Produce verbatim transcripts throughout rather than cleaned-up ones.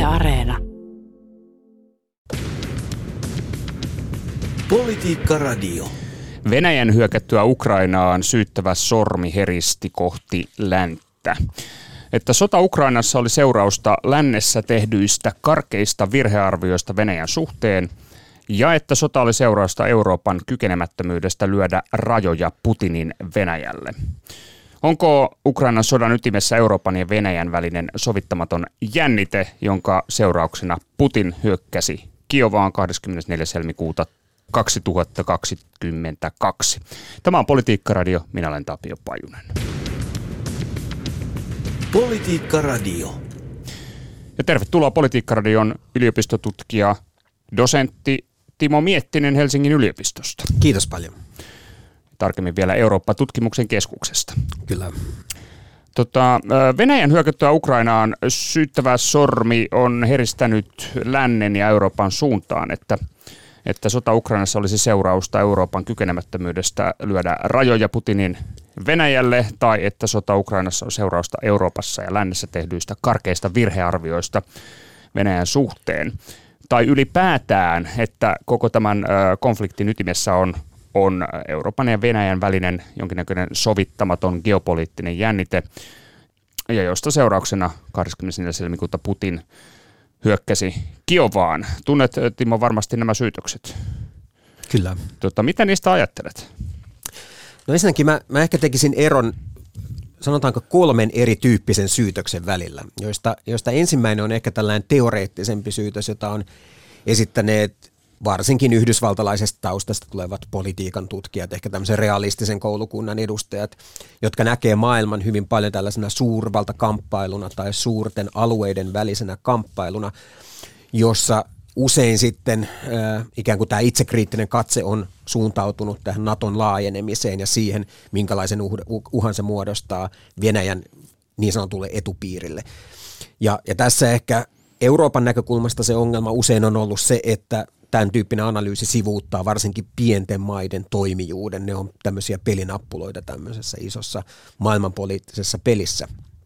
Areena. Politiikka Radio. Venäjän hyökättyä Ukrainaan syyttävä sormi heristi kohti länttä. Että sota Ukrainassa oli seurausta lännessä tehdyistä karkeista virhearvioista Venäjän suhteen ja että sota oli seurausta Euroopan kykenemättömyydestä lyödä rajoja Putinin Venäjälle. Onko Ukrainan sodan ytimessä Euroopan ja Venäjän välinen sovittamaton jännite, jonka seurauksena Putin hyökkäsi Kiovaan kahdeskymmenesneljäs helmikuuta kaksituhattakaksikymmentäkaksi? Tämä on Politiikka Radio, minä olen Tapio Pajunen. Politiikka Radio. Ja tervetuloa Politiikka Radion yliopistotutkija, dosentti Timo Miettinen Helsingin yliopistosta. Kiitos paljon. Tarkemmin vielä Eurooppa-tutkimuksen keskuksesta. Kyllä. Tota, Venäjän hyökättyä Ukrainaan syyttävä sormi on heristänyt lännen ja Euroopan suuntaan, että, että sota Ukrainassa olisi seurausta Euroopan kykenemättömyydestä lyödä rajoja Putinin Venäjälle, tai että sota Ukrainassa on seurausta Euroopassa ja lännessä tehdyistä karkeista virhearvioista Venäjän suhteen. Tai ylipäätään, että koko tämän konfliktin ytimessä on, on Euroopan ja Venäjän välinen jonkinnäköinen sovittamaton geopoliittinen jännite, ja josta seurauksena kahdeskymmenesneljäs helmikuuta Putin hyökkäsi Kiovaan. Tunnet, Timo, varmasti nämä syytökset. Kyllä. Tota, mitä niistä ajattelet? No ensinnäkin mä, mä ehkä tekisin eron, sanotaanko kolmen erityyppisen syytöksen välillä, joista, joista ensimmäinen on ehkä tällainen teoreettisempi syytös, jota on esittäneet varsinkin yhdysvaltalaisesta taustasta tulevat politiikan tutkijat, ehkä tämmöisen realistisen koulukunnan edustajat, jotka näkee maailman hyvin paljon tällaisena suurvaltakamppailuna tai suurten alueiden välisenä kamppailuna, jossa usein sitten äh, ikään kuin tämä itsekriittinen katse on suuntautunut tähän Naton laajenemiseen ja siihen, minkälaisen uh- uhan se muodostaa Venäjän niin sanotulle etupiirille. Ja, ja tässä ehkä Euroopan näkökulmasta se ongelma usein on ollut se, että tämän tyyppinen analyysi sivuuttaa varsinkin pienten maiden toimijuuden. Ne on tämmöisiä pelinappuloita tämmöisessä isossa maailmanpoliittisessa pelissä.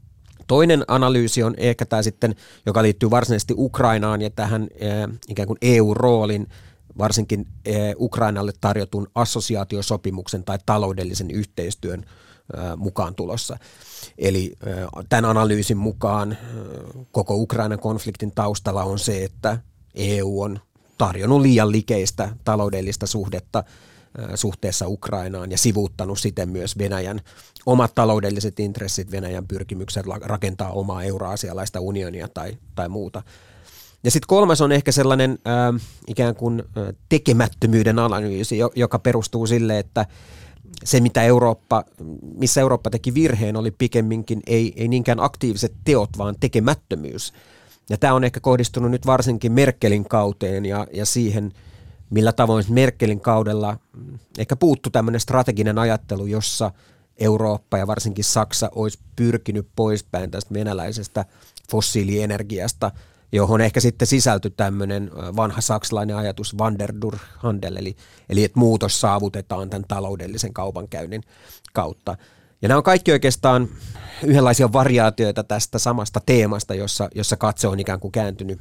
Toinen analyysi on ehkä tämä sitten, joka liittyy varsinaisesti Ukrainaan ja tähän äh, ikään kuin E U-roolin, varsinkin äh, Ukrainalle tarjotun assosiaatiosopimuksen tai taloudellisen yhteistyön äh, mukaan tulossa. Eli äh, tämän analyysin mukaan äh, koko Ukrainan konfliktin taustalla on se, että E U on tarjonnut liian likeistä taloudellista suhdetta suhteessa Ukrainaan ja sivuuttanut siten myös Venäjän omat taloudelliset intressit, Venäjän pyrkimykset rakentaa omaa euroasialaista unionia tai, tai muuta. Ja sitten kolmas on ehkä sellainen äh, ikään kuin äh, tekemättömyyden analyysi, joka perustuu sille, että se mitä Eurooppa, missä Eurooppa teki virheen oli pikemminkin ei, ei niinkään aktiiviset teot, vaan tekemättömyys. Ja tämä on ehkä kohdistunut nyt varsinkin Merkelin kauteen ja, ja siihen, millä tavoin Merkelin kaudella ehkä puuttu tämmöinen strateginen ajattelu, jossa Eurooppa ja varsinkin Saksa olisi pyrkinyt poispäin tästä venäläisestä fossiilienergiasta, johon ehkä sitten sisältyi tämmöinen vanha saksalainen ajatus Van der Durchhandel, eli, eli että muutos saavutetaan tämän taloudellisen kaupankäynnin kautta. Ja nämä on kaikki oikeastaan yhdenlaisia variaatioita tästä samasta teemasta, jossa, jossa katse on ikään kuin kääntynyt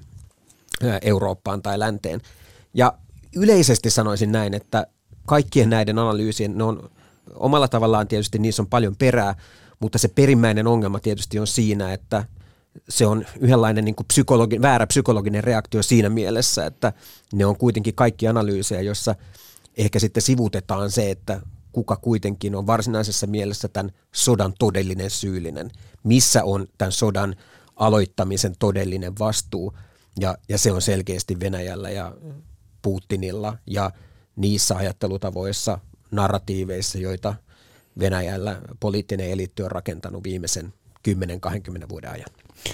Eurooppaan tai länteen. Ja yleisesti sanoisin näin, että kaikkien näiden analyysien, ne on omalla tavallaan tietysti niissä on paljon perää, mutta se perimmäinen ongelma tietysti on siinä, että se on yhdenlainen niin kuin psykologi, väärä psykologinen reaktio siinä mielessä, että ne on kuitenkin kaikki analyysejä, jossa ehkä sitten sivutetaan se, että kuka kuitenkin on varsinaisessa mielessä tämän sodan todellinen syyllinen, missä on tämän sodan aloittamisen todellinen vastuu, ja, ja se on selkeästi Venäjällä ja Putinilla ja niissä ajattelutavoissa, narratiiveissa, joita Venäjällä poliittinen eliitti on rakentanut viimeisen kymmenen kaksikymmentä vuoden ajan.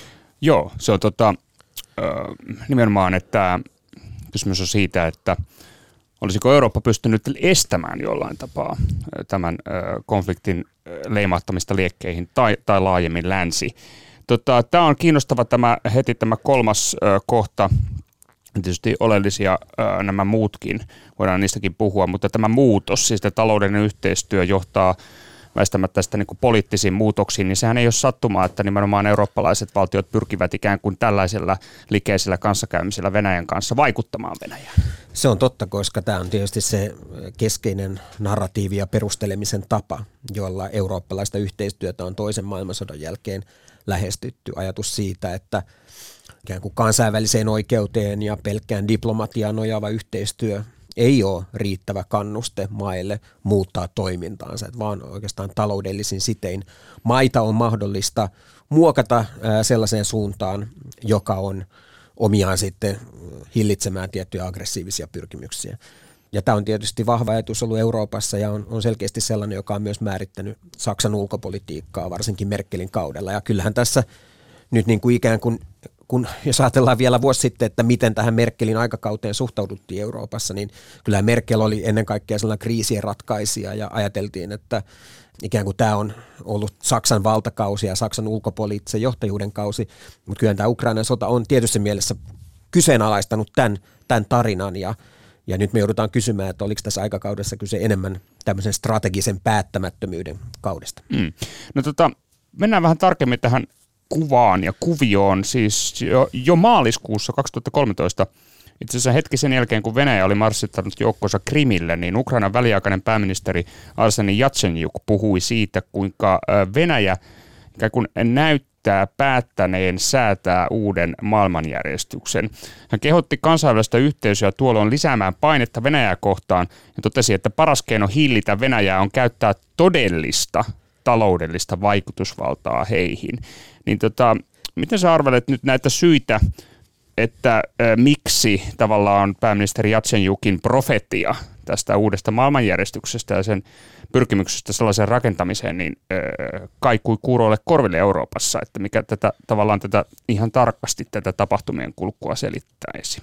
Joo, se on tota, nimenomaan, että kysymys on siitä, että olisiko Eurooppa pystynyt estämään jollain tapaa tämän konfliktin leimaattamista liekkeihin tai, tai laajemmin länsi. Tota, tämä on kiinnostava tämä, heti tämä kolmas kohta, tietysti oleellisia nämä muutkin, voidaan niistäkin puhua, mutta tämä muutos, siis taloudellinen yhteistyö johtaa väistämättä sitä niin kuin poliittisiin muutoksiin, niin sehän ei ole sattumaa, että nimenomaan eurooppalaiset valtiot pyrkivät ikään kuin tällaisella likeisellä kanssakäymisellä Venäjän kanssa vaikuttamaan Venäjään. Se on totta, koska tämä on tietysti se keskeinen narratiivi ja perustelemisen tapa, jolla eurooppalaista yhteistyötä on toisen maailmansodan jälkeen lähestytty. Ajatus siitä, että ikään kuin kansainväliseen oikeuteen ja pelkkään diplomatiaan nojaava yhteistyö ei ole riittävä kannuste maille muuttaa toimintaansa, että vaan oikeastaan taloudellisin sitein maita on mahdollista muokata sellaiseen suuntaan, joka on omiaan sitten hillitsemään tiettyjä aggressiivisia pyrkimyksiä. Ja tämä on tietysti vahva ajatus ollut Euroopassa ja on, on selkeästi sellainen, joka on myös määrittänyt Saksan ulkopolitiikkaa, varsinkin Merkelin kaudella. Ja kyllähän tässä nyt niin kuin ikään kuin, kun jos ajatellaan vielä vuosi sitten, että miten tähän Merkelin aikakauteen suhtauduttiin Euroopassa, niin kyllä Merkel oli ennen kaikkea sellainen kriisien ratkaisija ja ajateltiin, että ikään kuin tämä on ollut Saksan valtakausi ja Saksan ulkopoliittisen johtajuuden kausi, mutta kyllä tämä Ukrainan sota on tietyssä mielessä kyseenalaistanut tämän, tämän tarinan ja, ja nyt me joudutaan kysymään, että oliko tässä aikakaudessa kyse enemmän tämmöisen strategisen päättämättömyyden kaudesta. Mm. No tota, mennään vähän tarkemmin tähän kuvaan ja kuvioon. Siis jo, jo maaliskuussa kaksituhattakolmetoista, itse asiassa hetki sen jälkeen, kun Venäjä oli marssittanut joukkonsa Krimille, niin Ukrainan väliaikainen pääministeri Arseni Jatsenjuk puhui siitä, kuinka Venäjä ikään kuin näyttää päättäneen säätää uuden maailmanjärjestyksen. Hän kehotti kansainvälistä yhteisöä tuolloin lisäämään painetta Venäjää kohtaan ja totesi, että paras keino hillitä Venäjää on käyttää todellista taloudellista vaikutusvaltaa heihin. Niin tota, miten sä arvelet nyt näitä syitä, että äh, miksi tavallaan pääministeri Jatsenjukin profetia tästä uudesta maailmanjärjestyksestä ja sen pyrkimyksestä sellaiseen rakentamiseen, niin äh, kaikui kuuroille korville Euroopassa, että mikä tätä tavallaan tätä ihan tarkasti tätä tapahtumien kulkua selittäisi?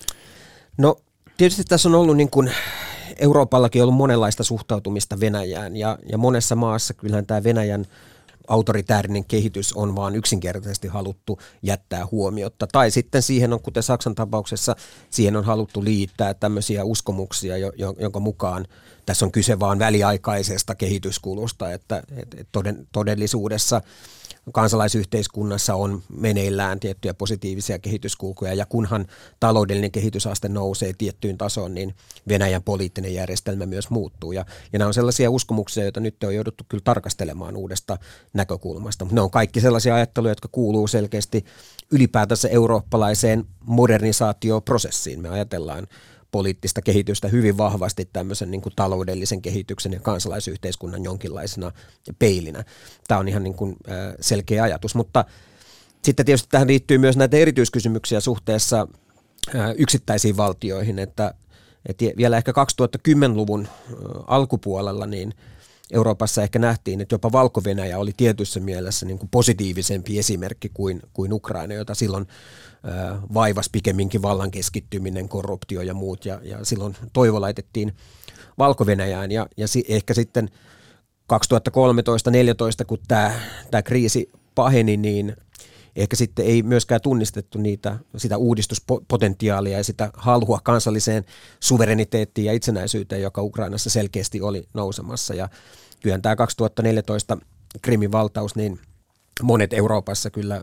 No tietysti tässä on ollut niin kuin Euroopallakin ollut monenlaista suhtautumista Venäjään ja, ja monessa maassa kyllähän tämä Venäjän autoritäärinen kehitys on vaan yksinkertaisesti haluttu jättää huomiotta. Tai sitten siihen on, kuten Saksan tapauksessa, siihen on haluttu liittää tämmöisiä uskomuksia, jo, jonka mukaan tässä on kyse vaan väliaikaisesta kehityskulusta, että et, et toden, todellisuudessa kansalaisyhteiskunnassa on meneillään tiettyjä positiivisia kehityskulkuja, ja kunhan taloudellinen kehitysaste nousee tiettyyn tasoon, niin Venäjän poliittinen järjestelmä myös muuttuu. Ja, ja nämä on sellaisia uskomuksia, joita nyt on jouduttu kyllä tarkastelemaan uudesta näkökulmasta. Mutta ne on kaikki sellaisia ajatteluja, jotka kuuluu selkeästi ylipäätänsä eurooppalaiseen modernisaatioprosessiin. Me ajatellaan poliittista kehitystä hyvin vahvasti tämmöisen niin kuin taloudellisen kehityksen ja kansalaisyhteiskunnan jonkinlaisena peilinä. Tämä on ihan niin kuin selkeä ajatus, mutta sitten tietysti tähän liittyy myös näitä erityiskysymyksiä suhteessa yksittäisiin valtioihin, että, että vielä ehkä kaksituhattakymmenluvun alkupuolella niin Euroopassa ehkä nähtiin, että jopa Valko-Venäjä oli tietyssä mielessä niin kuin positiivisempi esimerkki kuin, kuin Ukraina, jota silloin äh, vaivasi pikemminkin vallan keskittyminen, korruptio ja muut, ja, ja silloin toivo laitettiin Valko-Venäjään, ja, ja si, ehkä sitten kaksituhattakolmetoista neljätoista, kun tämä, tämä kriisi paheni, niin ehkä sitten ei myöskään tunnistettu niitä, sitä uudistuspotentiaalia ja sitä halua kansalliseen suvereniteettiin ja itsenäisyyteen, joka Ukrainassa selkeästi oli nousemassa. Ja kyllä tämä kaksituhattaneljätoista Krimin valtaus, niin monet Euroopassa kyllä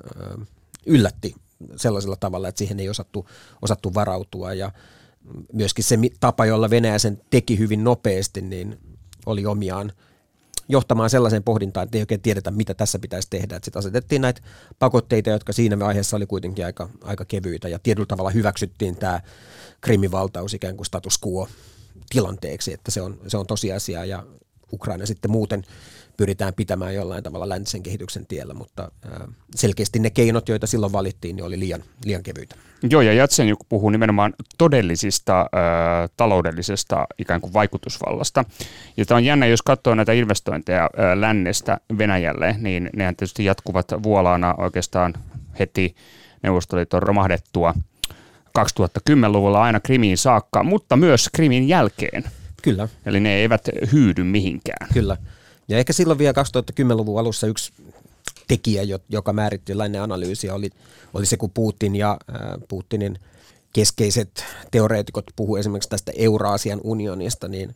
yllätti sellaisella tavalla, että siihen ei osattu, osattu varautua. Ja myöskin se tapa, jolla Venäjä sen teki hyvin nopeasti, niin oli omiaan johtamaan sellaisen pohdintaan, että ei oikein tiedetä, mitä tässä pitäisi tehdä. Sitten asetettiin näitä pakotteita, jotka siinä vaiheessa oli kuitenkin aika, aika kevyitä, ja tietyllä tavalla hyväksyttiin tämä Krimin valtaus ikään kuin status quo tilanteeksi, että se on, se on tosiasia, ja Ukraina sitten muuten pyritään pitämään jollain tavalla läntisen kehityksen tiellä, mutta selkeästi ne keinot, joita silloin valittiin, niin oli liian, liian kevyitä. Joo, ja Jatsenjuk puhuu nimenomaan todellisista äh, taloudellisesta ikään kuin vaikutusvallasta. Ja tämä on jännä, jos katsoo näitä investointeja äh, lännestä Venäjälle, niin nehän tietysti jatkuvat vuolaana oikeastaan heti Neuvostoliiton romahdettua kaksituhattakymmenluvulla aina Krimiin saakka, mutta myös Krimin jälkeen. Kyllä. Eli ne eivät hyydy mihinkään. Kyllä. Ja ehkä silloin vielä kaksituhattakymmenluvun alussa yksi tekijä, joka määritti lännen analyysiä, oli, oli se, kun Putin ja äh, Putinin keskeiset teoreetikot puhuu esimerkiksi tästä Euraasian unionista, niin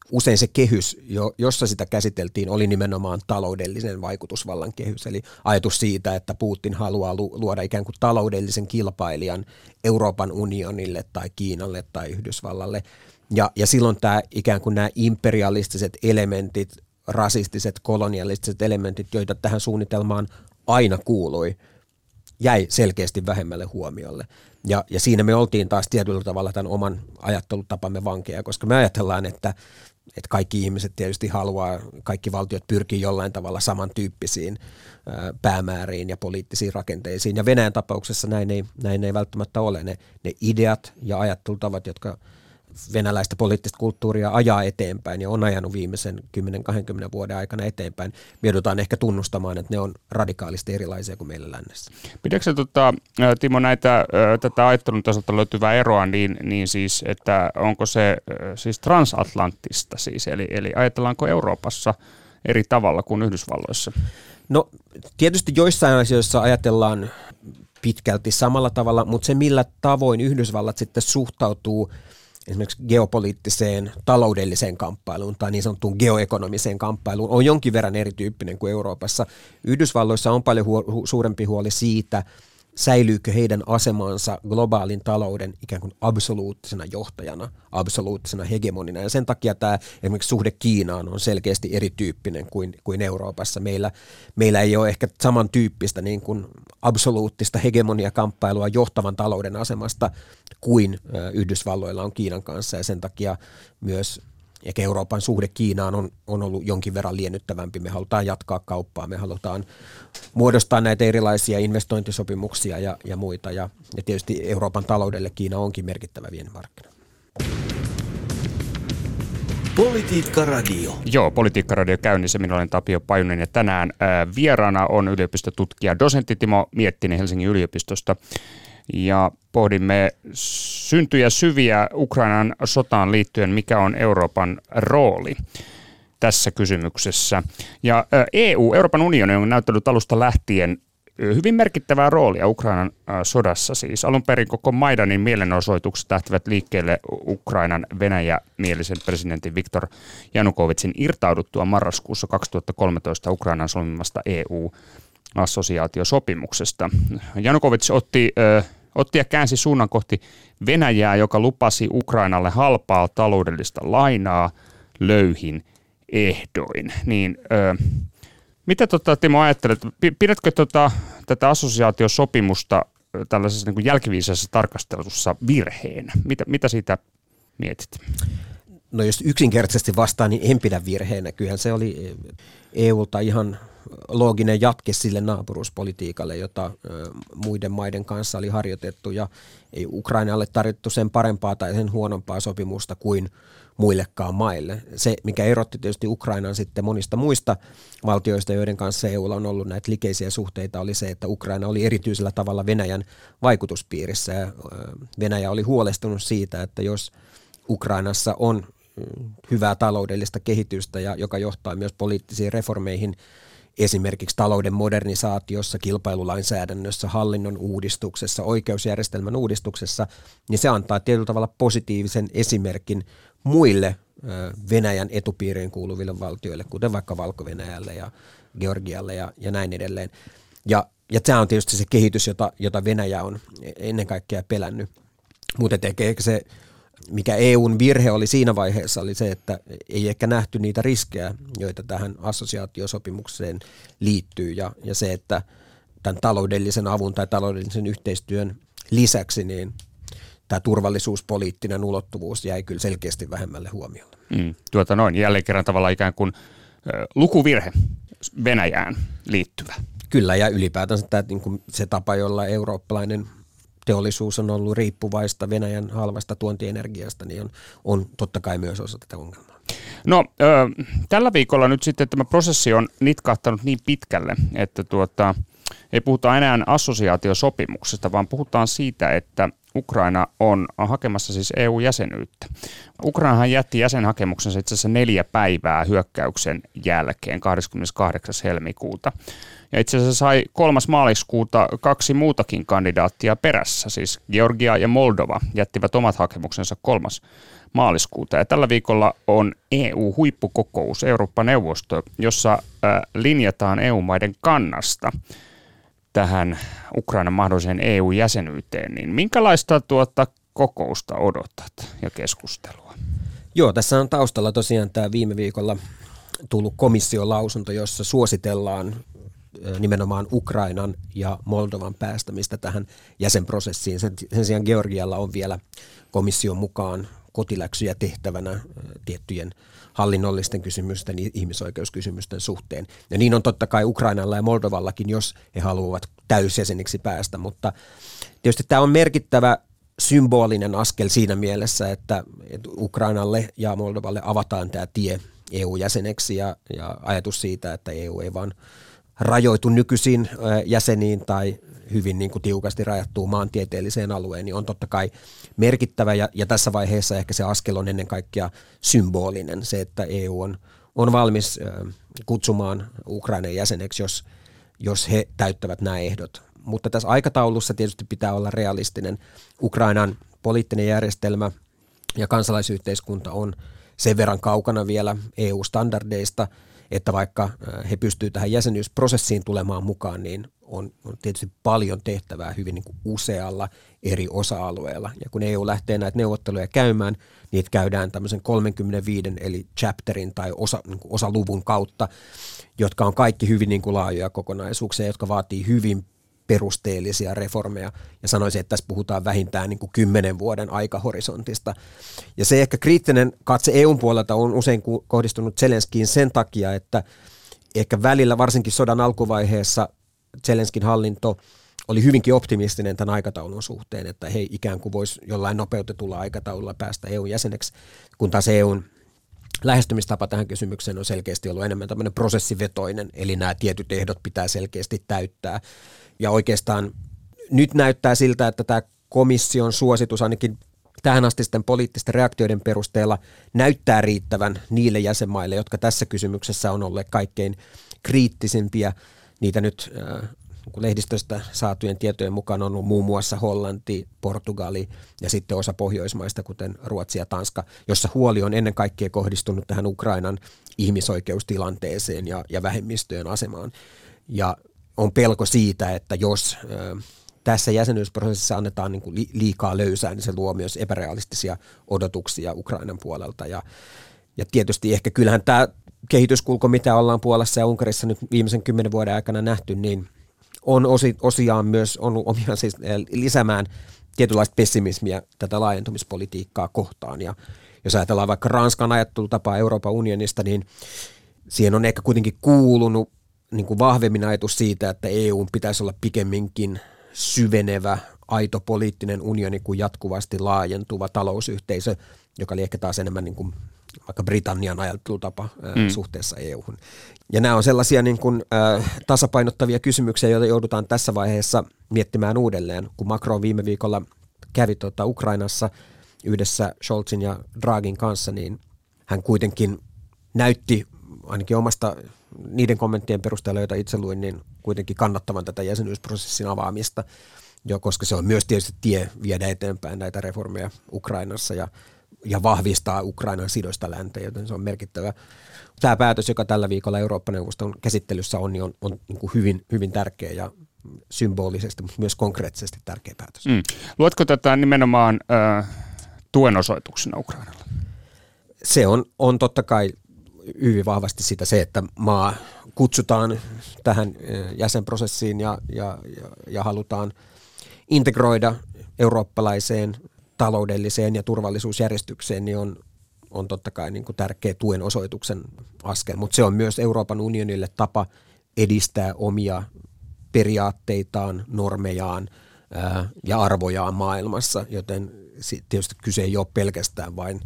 usein se kehys, jossa sitä käsiteltiin, oli nimenomaan taloudellisen vaikutusvallan kehys. Eli ajatus siitä, että Putin haluaa luoda ikään kuin taloudellisen kilpailijan Euroopan unionille tai Kiinalle tai Yhdysvallalle. Ja, ja silloin tämä ikään kuin nämä imperialistiset elementit, rasistiset, kolonialistiset elementit, joita tähän suunnitelmaan aina kuului, jäi selkeästi vähemmälle huomiolle. Ja, ja siinä me oltiin taas tietyllä tavalla tämän oman ajattelutapamme vankeja, koska me ajatellaan, että, että kaikki ihmiset tietysti haluaa, kaikki valtiot pyrkii jollain tavalla samantyyppisiin ää, päämääriin ja poliittisiin rakenteisiin. Ja Venäjän tapauksessa näin ei, näin ei välttämättä ole. Ne, ne ideat ja ajattelutavat, jotka venäläistä poliittista kulttuuria ajaa eteenpäin ja on ajanut viimeisen kymmenen kaksikymmentä vuoden aikana eteenpäin. Me joudutaan ehkä tunnustamaan, että ne on radikaalisti erilaisia kuin meillä lännessä. Pidätkö tota, Timo näitä, tätä ajattelun tasolta löytyvää eroa niin, niin siis, että onko se siis transatlanttista siis, eli, eli ajatellaanko Euroopassa eri tavalla kuin Yhdysvalloissa? No tietysti joissain asioissa ajatellaan pitkälti samalla tavalla, mutta se millä tavoin Yhdysvallat sitten suhtautuu esimerkiksi geopoliittiseen taloudelliseen kamppailuun tai niin sanottuun geoekonomiseen kamppailuun on jonkin verran erityyppinen kuin Euroopassa. Yhdysvalloissa on paljon huo- suurempi huoli siitä, säilyykö heidän asemansa globaalin talouden ikään kuin absoluuttisena johtajana, absoluuttisena hegemonina. Ja sen takia tämä esimerkiksi suhde Kiinaan on selkeästi erityyppinen kuin, kuin Euroopassa. Meillä, meillä ei ole ehkä samantyyppistä niin kuin absoluuttista hegemoniakamppailua johtavan talouden asemasta kuin Yhdysvalloilla on Kiinan kanssa. Ja sen takia myös ehkä Euroopan suhde Kiinaan on, on ollut jonkin verran liennyttävämpi. Me halutaan jatkaa kauppaa, me halutaan muodostaa näitä erilaisia investointisopimuksia ja, ja muita. Ja, ja tietysti Euroopan taloudelle Kiina onkin merkittävä vientimarkkina. Politiikka Radio. Joo, Politiikka Radio käynnissä. Minä olen Tapio Pajunen ja tänään ää, vieraana on yliopistotutkija dosentti Timo Miettinen Helsingin yliopistosta. Ja pohdimme syntyjä syviä Ukrainan sotaan liittyen, mikä on Euroopan rooli tässä kysymyksessä. Ja E U, Euroopan unioni, on näyttänyt alusta lähtien hyvin merkittävää roolia Ukrainan sodassa. Siis alun perin koko Maidanin mielenosoitukset lähtivät liikkeelle Ukrainan Venäjä-mielisen presidentin Viktor Janukovitsin irtauduttua marraskuussa kaksituhattakolmetoista Ukrainan solmimasta E U-assosiaatiosopimuksesta. Janukovits otti, ö, otti ja käänsi suunnan kohti Venäjää, joka lupasi Ukrainalle halpaa taloudellista lainaa löyhin ehdoin. Niin, ö, mitä tota, Timo ajattelet, pidätkö tota, tätä assosiaatiosopimusta tällaisessa niin kuin jälkiviisaisessa tarkastelussa virheenä? Mitä, mitä siitä mietit? No jos yksinkertaisesti vastaan, niin en pidä virheenä. Kyllähän se oli E U:lta ihan looginen jatke sille naapuruuspolitiikalle, jota muiden maiden kanssa oli harjoitettu, ja ei Ukrainalle tarjottu sen parempaa tai sen huonompaa sopimusta kuin muillekaan maille. Se, mikä erotti tietysti Ukrainan sitten monista muista valtioista, joiden kanssa E U:lla on ollut näitä likeisiä suhteita, oli se, että Ukraina oli erityisellä tavalla Venäjän vaikutuspiirissä, ja Venäjä oli huolestunut siitä, että jos Ukrainassa on hyvää taloudellista kehitystä, ja joka johtaa myös poliittisiin reformeihin, esimerkiksi talouden modernisaatiossa, kilpailulainsäädännössä, hallinnon uudistuksessa, oikeusjärjestelmän uudistuksessa, niin se antaa tietyllä tavalla positiivisen esimerkin muille Venäjän etupiiriin kuuluville valtioille, kuten vaikka Valko-Venäjälle ja Georgialle ja, ja näin edelleen. Ja, ja tämä on tietysti se kehitys, jota, jota Venäjä on ennen kaikkea pelännyt. Mutta ehkä se, mikä E U:n virhe oli siinä vaiheessa, oli se, että ei ehkä nähty niitä riskejä, joita tähän assosiaatiosopimukseen liittyy, ja, ja se, että tämän taloudellisen avun tai taloudellisen yhteistyön lisäksi niin tämä turvallisuuspoliittinen ulottuvuus jäi kyllä selkeästi vähemmälle huomiolle. Mm, tuota noin, jälleen kerran tavallaan ikään kuin ö, lukuvirhe Venäjään liittyvä. Kyllä, ja ylipäätänsä tämä, niin kuin se tapa, jolla eurooppalainen teollisuus on ollut riippuvaista Venäjän halvasta tuontienergiasta, niin on, on totta kai myös osa tätä ongelmaa. No ö, tällä viikolla nyt sitten tämä prosessi on nitkahtanut niin pitkälle, että tuota, ei puhuta enää assosiaatiosopimuksesta, vaan puhutaan siitä, että Ukraina on hakemassa siis E U-jäsenyyttä. Ukrainahan jätti jäsenhakemuksensa itse asiassa neljä päivää hyökkäyksen jälkeen, kahdeskymmeneskahdeksas helmikuuta. Ja itse asiassa sai kolmas maaliskuuta kaksi muutakin kandidaattia perässä, siis Georgia ja Moldova jättivät omat hakemuksensa kolmas maaliskuuta. Ja tällä viikolla on E U-huippukokous, Eurooppa-neuvosto, jossa äh, linjataan E U-maiden kannasta tähän Ukrainan mahdolliseen E U-jäsenyyteen. Niin minkälaista tuota kokousta odotat ja keskustelua? Joo, tässä on taustalla tosiaan tämä viime viikolla tullut komission lausunto, jossa suositellaan nimenomaan Ukrainan ja Moldovan päästämistä tähän jäsenprosessiin. Sen, sen sijaan Georgialla on vielä komission mukaan kotiläksyjä tehtävänä tiettyjen hallinnollisten kysymysten, ihmisoikeuskysymysten suhteen. Ja niin on totta kai Ukrainalla ja Moldovallakin, jos he haluavat täysjäseniksi päästä, mutta tietysti tämä on merkittävä symbolinen askel siinä mielessä, että Ukrainalle ja Moldovalle avataan tämä tie E U-jäseneksi ja, ja ajatus siitä, että E U ei vaan rajoitu nykyisiin jäseniin tai hyvin niin kuin tiukasti rajattuun maantieteelliseen alueen, niin on totta kai merkittävä ja, ja tässä vaiheessa ehkä se askel on ennen kaikkea symbolinen, se, että E U on, on valmis kutsumaan Ukrainan jäseneksi, jos, jos he täyttävät nämä ehdot. Mutta tässä aikataulussa tietysti pitää olla realistinen. Ukrainan poliittinen järjestelmä ja kansalaisyhteiskunta on sen verran kaukana vielä E U-standardeista, että vaikka he pystyvät tähän jäsenyysprosessiin tulemaan mukaan, niin on, on tietysti paljon tehtävää hyvin niin kuin usealla eri osa-alueella. Ja kun E U lähtee näitä neuvotteluja käymään, niitä käydään tämmöisen kolmekymmentäviisi eli chapterin tai osa, niin kuin osaluvun kautta, jotka on kaikki hyvin niin kuin laajoja kokonaisuuksia, jotka vaatii hyvin perusteellisia reformeja, ja sanoisin, että tässä puhutaan vähintään niin kuin kymmenen vuoden aikahorisontista. Ja se ehkä kriittinen katse E U:n puolelta on usein kohdistunut Zelenskiin sen takia, että ehkä välillä, varsinkin sodan alkuvaiheessa, Zelenskin hallinto oli hyvinkin optimistinen tämän aikataulun suhteen, että he ikään kuin voisi jollain nopeutetulla aikataululla päästä E U-jäseneksi, kun taas E U:n lähestymistapa tähän kysymykseen on selkeästi ollut enemmän tämmöinen prosessivetoinen, eli nämä tietyt ehdot pitää selkeästi täyttää. Ja oikeastaan nyt näyttää siltä, että tämä komission suositus ainakin tähän asti sitten poliittisten reaktioiden perusteella näyttää riittävän niille jäsenmaille, jotka tässä kysymyksessä on olleet kaikkein kriittisimpiä. Niitä nyt äh, lehdistöstä saatujen tietojen mukaan on ollut muun muassa Hollanti, Portugali ja sitten osa Pohjoismaista, kuten Ruotsi ja Tanska, jossa huoli on ennen kaikkea kohdistunut tähän Ukrainan ihmisoikeustilanteeseen ja, ja vähemmistöjen asemaan. Ja on pelko siitä, että jos ö, tässä jäsenyysprosessissa annetaan niin kuin liikaa löysää, niin se luo myös epärealistisia odotuksia Ukrainan puolelta. Ja, ja tietysti ehkä kyllähän tämä kehityskulku, mitä ollaan Puolassa ja Unkarissa nyt viimeisen kymmenen vuoden aikana nähty, niin on osi, osiaan myös on omiaan siis lisäämään tietynlaista pessimismiä tätä laajentumispolitiikkaa kohtaan. Ja jos ajatellaan vaikka Ranskan ajattelutapaa Euroopan unionista, niin siihen on ehkä kuitenkin kuulunut niin kuin vahvemmin ajatus siitä, että E U:n pitäisi olla pikemminkin syvenevä, aito poliittinen unioni kuin jatkuvasti laajentuva talousyhteisö, joka oli ehkä taas enemmän niin kuin vaikka Britannian ajattelutapa mm. suhteessa E U:hun. Ja nämä on sellaisia niin kuin, äh, tasapainottavia kysymyksiä, joita joudutaan tässä vaiheessa miettimään uudelleen. Kun Macron viime viikolla kävi tuota Ukrainassa yhdessä Scholzin ja Draghin kanssa, niin hän kuitenkin näytti ainakin omasta niiden kommenttien perusteella, joita itse luin, niin kuitenkin kannattavan tätä jäsenyysprosessin avaamista, jo, koska se on myös tietysti tie viedä eteenpäin näitä reformeja Ukrainassa ja, ja vahvistaa Ukrainan sidoista länteen, joten se on merkittävä. Tämä päätös, joka tällä viikolla Eurooppa-neuvoston käsittelyssä on, niin on, on niin kuin hyvin, hyvin tärkeä ja symbolisesti, mutta myös konkreettisesti tärkeä päätös. Mm. Luotko tätä nimenomaan äh, tuen osoituksena Ukrainalle? Se on, on totta kai hyvin vahvasti sitä se, että maa kutsutaan tähän jäsenprosessiin ja, ja, ja, ja halutaan integroida eurooppalaiseen taloudelliseen ja turvallisuusjärjestykseen, niin on, on totta kai niin kuin tärkeä tuen osoituksen askel, mutta se on myös Euroopan unionille tapa edistää omia periaatteitaan, normejaan ää, ja arvojaan maailmassa, joten tietysti kyse ei ole pelkästään vain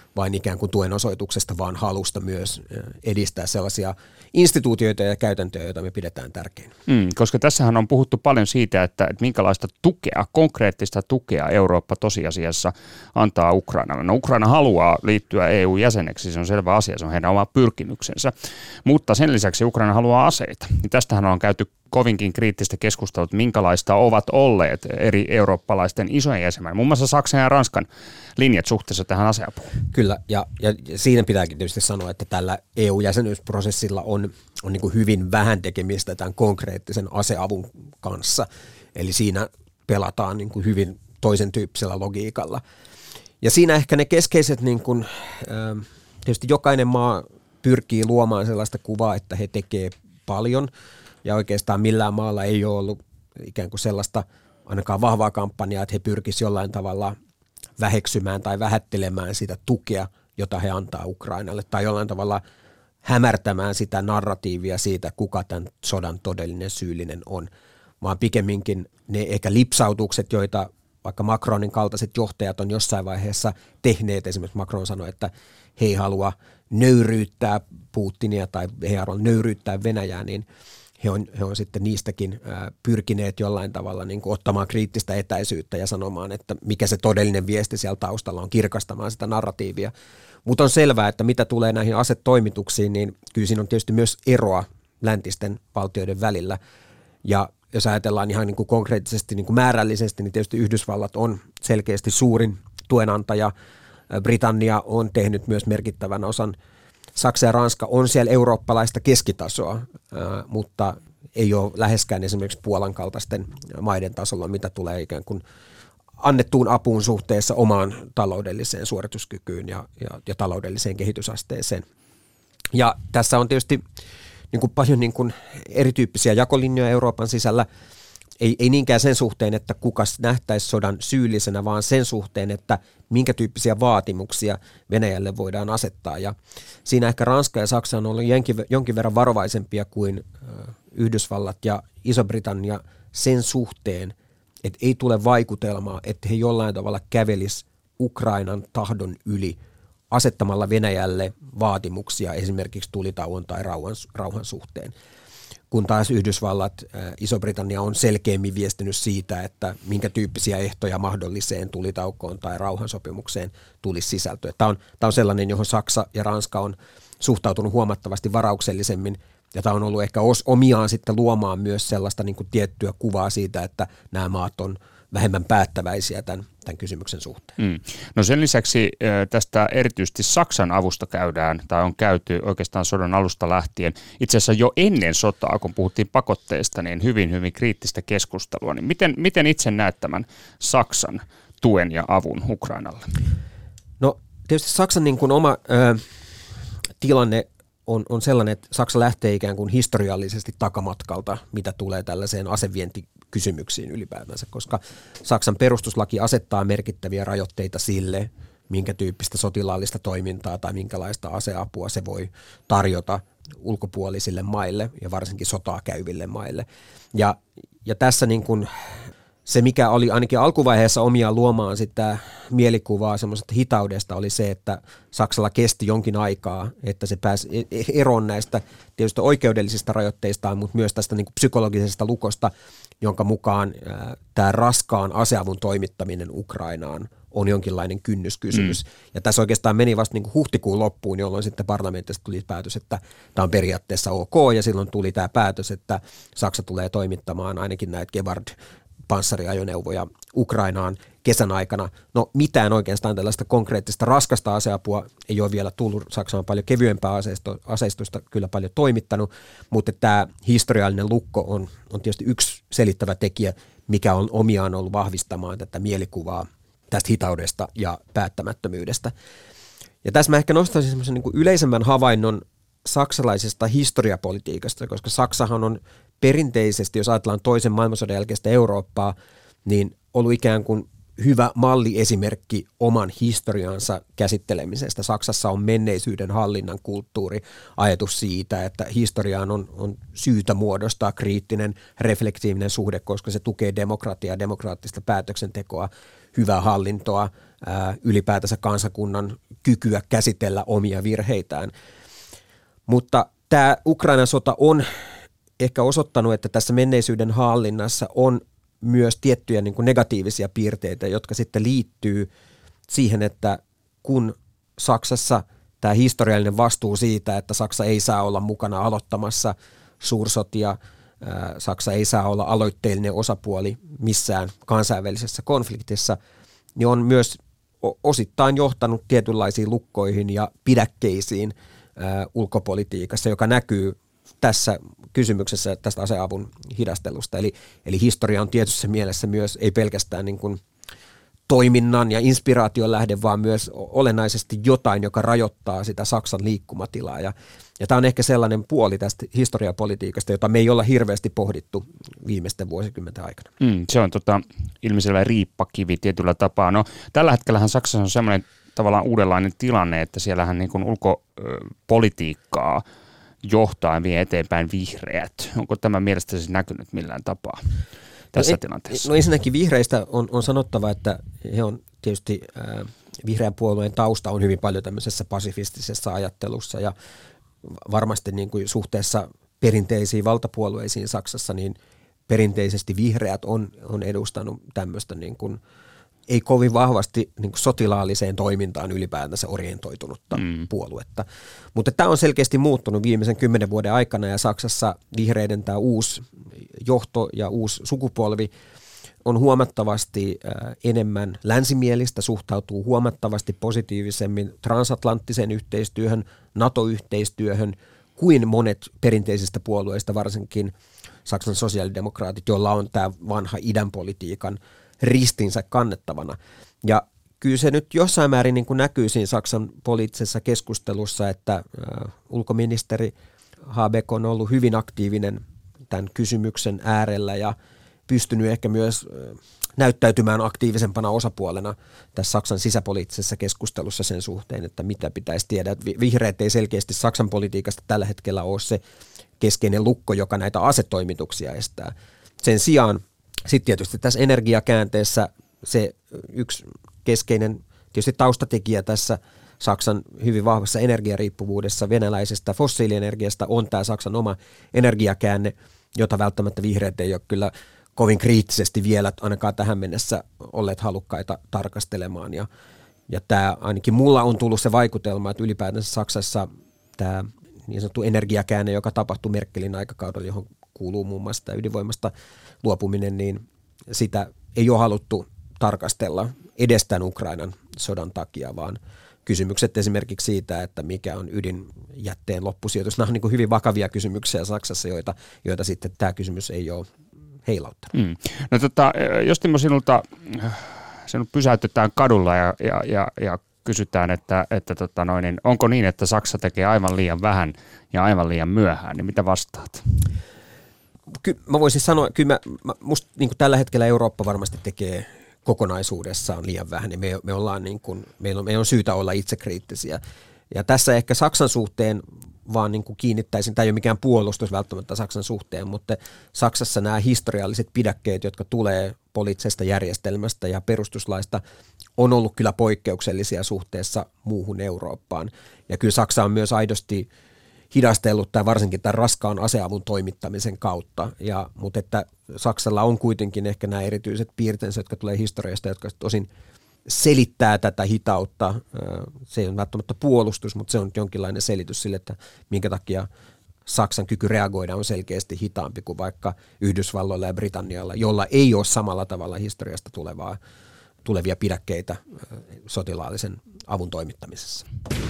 vain ikään kuin tuen osoituksesta, vaan halusta myös edistää sellaisia instituutioita ja käytäntöjä, joita me pidetään tärkeinä. Mm, koska tässähän on puhuttu paljon siitä, että, että minkälaista tukea, konkreettista tukea Eurooppa tosiasiassa antaa Ukrainalle. No Ukraina haluaa liittyä E U-jäseneksi, se on selvä asia, se on heidän oma pyrkimyksensä, mutta sen lisäksi Ukraina haluaa aseita. Niin tästähän on käyty kovinkin kriittistä keskustelua, että minkälaista ovat olleet eri eurooppalaisten isojen jäsenmaiden, muun muassa Saksan ja Ranskan linjat suhteessa tähän aseapuun. Kyllä, ja, ja siinä pitääkin tietysti sanoa, että tällä E U-jäsenyysprosessilla on, on niin kuin hyvin vähän tekemistä tämän konkreettisen aseavun kanssa, eli siinä pelataan niin kuin hyvin toisen tyyppisellä logiikalla. Ja siinä ehkä ne keskeiset, niin kuin, tietysti jokainen maa pyrkii luomaan sellaista kuvaa, että he tekee paljon, ja oikeastaan millään maalla ei ole ollut ikään kuin sellaista ainakaan vahvaa kampanjaa, että he pyrkisivät jollain tavalla väheksymään tai vähättelemään sitä tukea, jota he antaa Ukrainalle, tai jollain tavalla hämärtämään sitä narratiivia siitä, kuka tämän sodan todellinen syyllinen on, vaan pikemminkin ne ehkä lipsautukset, joita vaikka Macronin kaltaiset johtajat on jossain vaiheessa tehneet, esimerkiksi Macron sanoi, että he ei halua nöyryyttää Putinia tai he ei halua nöyryyttää Venäjää, niin he on, he on sitten niistäkin ää, pyrkineet jollain tavalla niin kuin ottamaan kriittistä etäisyyttä ja sanomaan, että mikä se todellinen viesti siellä taustalla on, kirkastamaan sitä narratiivia. Mutta on selvää, että mitä tulee näihin asetoimituksiin, niin kyllä siinä on tietysti myös eroa läntisten valtioiden välillä. Ja jos ajatellaan ihan niin kuin konkreettisesti, niin kuin määrällisesti, niin tietysti Yhdysvallat on selkeästi suurin tuenantaja. Britannia on tehnyt myös merkittävän osan. Saksa ja Ranska on siellä eurooppalaista keskitasoa, mutta ei ole läheskään esimerkiksi Puolan kaltaisten maiden tasolla, mitä tulee ikään kuin annettuun apuun suhteessa omaan taloudelliseen suorituskykyyn ja, ja, ja taloudelliseen kehitysasteeseen. Ja tässä on tietysti niin kuin paljon niin kuin erityyppisiä jakolinjoja Euroopan sisällä, ei, ei niinkään sen suhteen, että kuka nähtäisi sodan syyllisenä, vaan sen suhteen, että minkä tyyppisiä vaatimuksia Venäjälle voidaan asettaa. Ja siinä ehkä Ranska ja Saksa on ollut jonkin, jonkin verran varovaisempia kuin Yhdysvallat ja Iso-Britannia sen suhteen, että ei tule vaikutelmaa, että he jollain tavalla kävelis Ukrainan tahdon yli asettamalla Venäjälle vaatimuksia esimerkiksi tulitauon tai rauhan, rauhan suhteen. Kun taas Yhdysvallat, Iso-Britannia on selkeämmin viestinyt siitä, että minkä tyyppisiä ehtoja mahdolliseen tulitaukoon tai rauhansopimukseen tulisi sisältyä. Tämä on, tämä on sellainen, johon Saksa ja Ranska on suhtautunut huomattavasti varauksellisemmin, ja tämä on ollut ehkä os, omiaan sitten luomaan myös sellaista niin kuin tiettyä kuvaa siitä, että nämä maat on vähemmän päättäväisiä tämän, tämän kysymyksen suhteen. Mm. No sen lisäksi tästä erityisesti Saksan avusta käydään, tai on käyty oikeastaan sodan alusta lähtien, itse asiassa jo ennen sotaa, kun puhuttiin pakotteista, niin hyvin, hyvin kriittistä keskustelua. Niin miten, miten itse näet tämän Saksan tuen ja avun Ukrainalle? No tietysti Saksan niin kuin oma ö, tilanne on, on sellainen, että Saksa lähtee ikään kuin historiallisesti takamatkalta, mitä tulee tällaiseen asevientikysymyksiin ylipäätänsä, koska Saksan perustuslaki asettaa merkittäviä rajoitteita sille, minkä tyyppistä sotilaallista toimintaa tai minkälaista aseapua se voi tarjota ulkopuolisille maille ja varsinkin sotaa käyville maille. Ja, ja tässä niin kuin se, mikä oli ainakin alkuvaiheessa omiaan luomaan sitä mielikuvaa semmoisesta hitaudesta, oli se, että Saksalla kesti jonkin aikaa, että se pääsi eroon näistä tietysti oikeudellisista rajoitteistaan, mutta myös tästä niin kuin psykologisesta lukosta, jonka mukaan ää, tämä raskaan aseavun toimittaminen Ukrainaan on jonkinlainen kynnyskysymys. Mm. Ja tässä oikeastaan meni vasta niin kuin huhtikuun loppuun, jolloin sitten parlamentista tuli päätös, että tämä on periaatteessa ok, ja silloin tuli tämä päätös, että Saksa tulee toimittamaan ainakin näitä Gepard panssariajoneuvoja Ukrainaan kesän aikana. No mitään oikeastaan tällaista konkreettista raskasta aseapua ei ole vielä tullut. Saksa on paljon kevyempää aseistusta kyllä paljon toimittanut, mutta tämä historiallinen lukko on, on tietysti yksi selittävä tekijä, mikä on omiaan ollut vahvistamaan tätä mielikuvaa tästä hitaudesta ja päättämättömyydestä. Ja tässä mä ehkä nostaisin semmoisen niin kuin yleisemmän havainnon saksalaisesta historiapolitiikasta, koska Saksahan on perinteisesti, jos ajatellaan toisen maailmansodan jälkeistä Eurooppaa, niin ollut ikään kuin hyvä malliesimerkki oman historiansa käsittelemisestä. Saksassa on menneisyyden hallinnan kulttuuri, ajatus siitä, että historiaan on, on syytä muodostaa kriittinen, reflektiivinen suhde, koska se tukee demokratiaa, demokraattista päätöksentekoa, hyvää hallintoa, ää, ylipäätänsä kansakunnan kykyä käsitellä omia virheitään. Mutta tämä Ukrainan sota on ehkä osoittanut, että tässä menneisyyden hallinnassa on myös tiettyjä niin kuin negatiivisia piirteitä, jotka sitten liittyy siihen, että kun Saksassa tämä historiallinen vastuu siitä, että Saksa ei saa olla mukana aloittamassa suursotia, ää, Saksa ei saa olla aloitteellinen osapuoli missään kansainvälisessä konfliktissa, niin on myös osittain johtanut tietynlaisiin lukkoihin ja pidäkkeisiin ää, ulkopolitiikassa, joka näkyy tässä kysymyksessä tästä aseavun hidastelusta. Eli, eli historia on tietyssä mielessä myös ei pelkästään niin kuin toiminnan ja inspiraation lähde, vaan myös olennaisesti jotain, joka rajoittaa sitä Saksan liikkumatilaa. Ja, ja tämä on ehkä sellainen puoli tästä historiapolitiikasta, jota me ei olla hirveästi pohdittu viimeisten vuosikymmenten aikana. Mm, se on tota, ilmiselvä riippakivi tietyllä tapaa. No, tällä hetkellähän Saksassa on semmoinen tavallaan uudenlainen tilanne, että siellähän niin kuin ulkopolitiikkaa johtaa vie eteenpäin vihreät. Onko tämä mielestäsi näkynyt millään tapaa tässä no, tilanteessa? No ensinnäkin vihreistä on, on sanottava, että he on tietysti äh, vihreän puolueen tausta on hyvin paljon tämmöisessä pasifistisessa ajattelussa ja varmasti niin kuin suhteessa perinteisiin valtapuolueisiin Saksassa, niin perinteisesti vihreät on, on edustanut tämmöistä niin kuin ei kovin vahvasti niin kuin sotilaalliseen toimintaan ylipäätänsä orientoitunutta mm. puoluetta. Mutta tämä on selkeästi muuttunut viimeisen kymmenen vuoden aikana ja Saksassa vihreiden tämä uusi johto ja uusi sukupolvi on huomattavasti äh, enemmän länsimielistä, suhtautuu huomattavasti positiivisemmin transatlanttiseen yhteistyöhön, NATO-yhteistyöhön kuin monet perinteisistä puolueista, varsinkin Saksan sosiaalidemokraatit, joilla on tämä vanha idänpolitiikan ristinsä kannettavana. Ja kyllä se nyt jossain määrin niin kuin näkyy siinä Saksan poliittisessa keskustelussa, että äh, ulkoministeri Habeck on ollut hyvin aktiivinen tämän kysymyksen äärellä ja pystynyt ehkä myös äh, näyttäytymään aktiivisempana osapuolena tässä Saksan sisäpoliittisessa keskustelussa sen suhteen, että mitä pitäisi tiedä. Vihreät ei selkeästi Saksan politiikasta tällä hetkellä ole se keskeinen lukko, joka näitä asetoimituksia estää. Sen sijaan sitten tietysti tässä energiakäänteessä se yksi keskeinen tietysti taustatekijä tässä Saksan hyvin vahvassa energiariippuvuudessa venäläisestä fossiilienergiasta on tämä Saksan oma energiakäänne, jota välttämättä vihreät ei ole kyllä kovin kriittisesti vielä ainakaan tähän mennessä olleet halukkaita tarkastelemaan. Ja, ja tämä ainakin mulla on tullut se vaikutelma, että ylipäätänsä Saksassa tämä niin sanottu energiakäänne, joka tapahtui Merkelin aikakaudella, johon kuuluu muun muassa tämä ydinvoimasta luopuminen, niin sitä ei ole haluttu tarkastella edes tämän Ukrainan sodan takia, vaan kysymykset esimerkiksi siitä, että mikä on ydinjätteen loppusijoitus. Nämä on niin kuin hyvin vakavia kysymyksiä Saksassa, joita, joita sitten tämä kysymys ei ole heilauttanut. Mm. No tota, jos Timo sinulta, sinut pysäytetään kadulla ja, ja, ja, ja kysytään, että, että tota noin, niin onko niin, että Saksa tekee aivan liian vähän ja aivan liian myöhään, niin mitä vastaat? Kyllä mä voisin sanoa, kyllä mä, mä, musta niin kuin tällä hetkellä Eurooppa varmasti tekee kokonaisuudessaan liian vähän, niin me, me ollaan niin kuin, meillä on, meillä on syytä olla itsekriittisiä. Ja tässä ehkä Saksan suhteen vaan niin kuin kiinnittäisin, tämä ei ole mikään puolustus välttämättä Saksan suhteen, mutta Saksassa nämä historialliset pidäkkeet, jotka tulee poliittisesta järjestelmästä ja perustuslaista, on ollut kyllä poikkeuksellisia suhteessa muuhun Eurooppaan. Ja kyllä Saksa on myös aidosti hidastellut tämä varsinkin tämän raskaan aseavun toimittamisen kautta, ja, mutta että Saksalla on kuitenkin ehkä nämä erityiset piirteensä, jotka tulee historiasta, jotka tosin selittää tätä hitautta. Se ei ole välttämättä puolustus, mutta se on jonkinlainen selitys sille, että minkä takia Saksan kyky reagoida on selkeästi hitaampi kuin vaikka Yhdysvalloilla ja Britannialla, jolla ei ole samalla tavalla historiasta tulevaa, tulevia pidäkkeitä sotilaallisen avun toimittamisessa.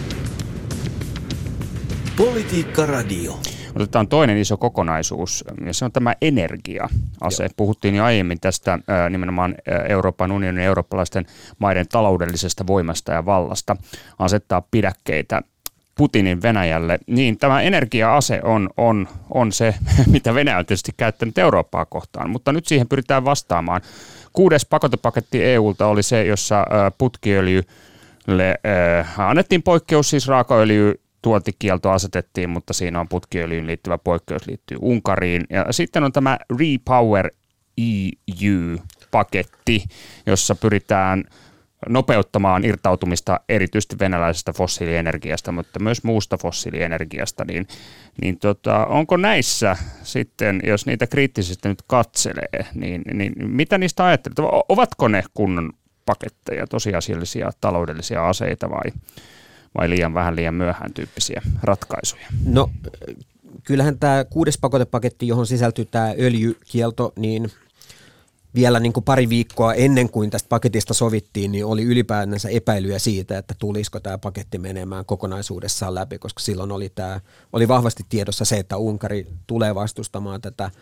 Politiikka Radio. Otetaan toinen iso kokonaisuus, ja se on tämä energia-ase. Joo. Puhuttiin jo aiemmin tästä äh, nimenomaan Euroopan unionin ja eurooppalaisten maiden taloudellisesta voimasta ja vallasta asettaa pidäkkeitä Putinin Venäjälle. Niin tämä energia-ase on, on, on se, mitä Venäjä on tietysti käyttänyt Eurooppaa kohtaan, mutta nyt siihen pyritään vastaamaan kuudes pakotepaketti E U:lta oli se, jossa putkiöljylle annettiin poikkeus, siis raakaöljy tuontikielto asetettiin, mutta siinä on putkiöljyyn liittyvä poikkeus liittyy Unkariin. Ja sitten on tämä Repower E U-paketti, jossa pyritään nopeuttamaan irtautumista erityisesti venäläisestä fossiilienergiasta, mutta myös muusta fossiilienergiasta, niin, niin tota, onko näissä sitten, jos niitä kriittisesti nyt katselee, niin, niin mitä niistä ajattelet? Ovatko ne kunnon paketteja, tosiasiallisia taloudellisia aseita vai, vai liian vähän liian myöhään tyyppisiä ratkaisuja? No kyllähän tämä kuudes pakotepaketti, johon sisältyy tämä öljykielto, niin vielä niin kuin pari viikkoa ennen kuin tästä paketista sovittiin, niin oli ylipäänsä epäilyjä siitä, että tulisiko tämä paketti menemään kokonaisuudessaan läpi, koska silloin oli, tämä, oli vahvasti tiedossa se, että Unkari tulee vastustamaan tätä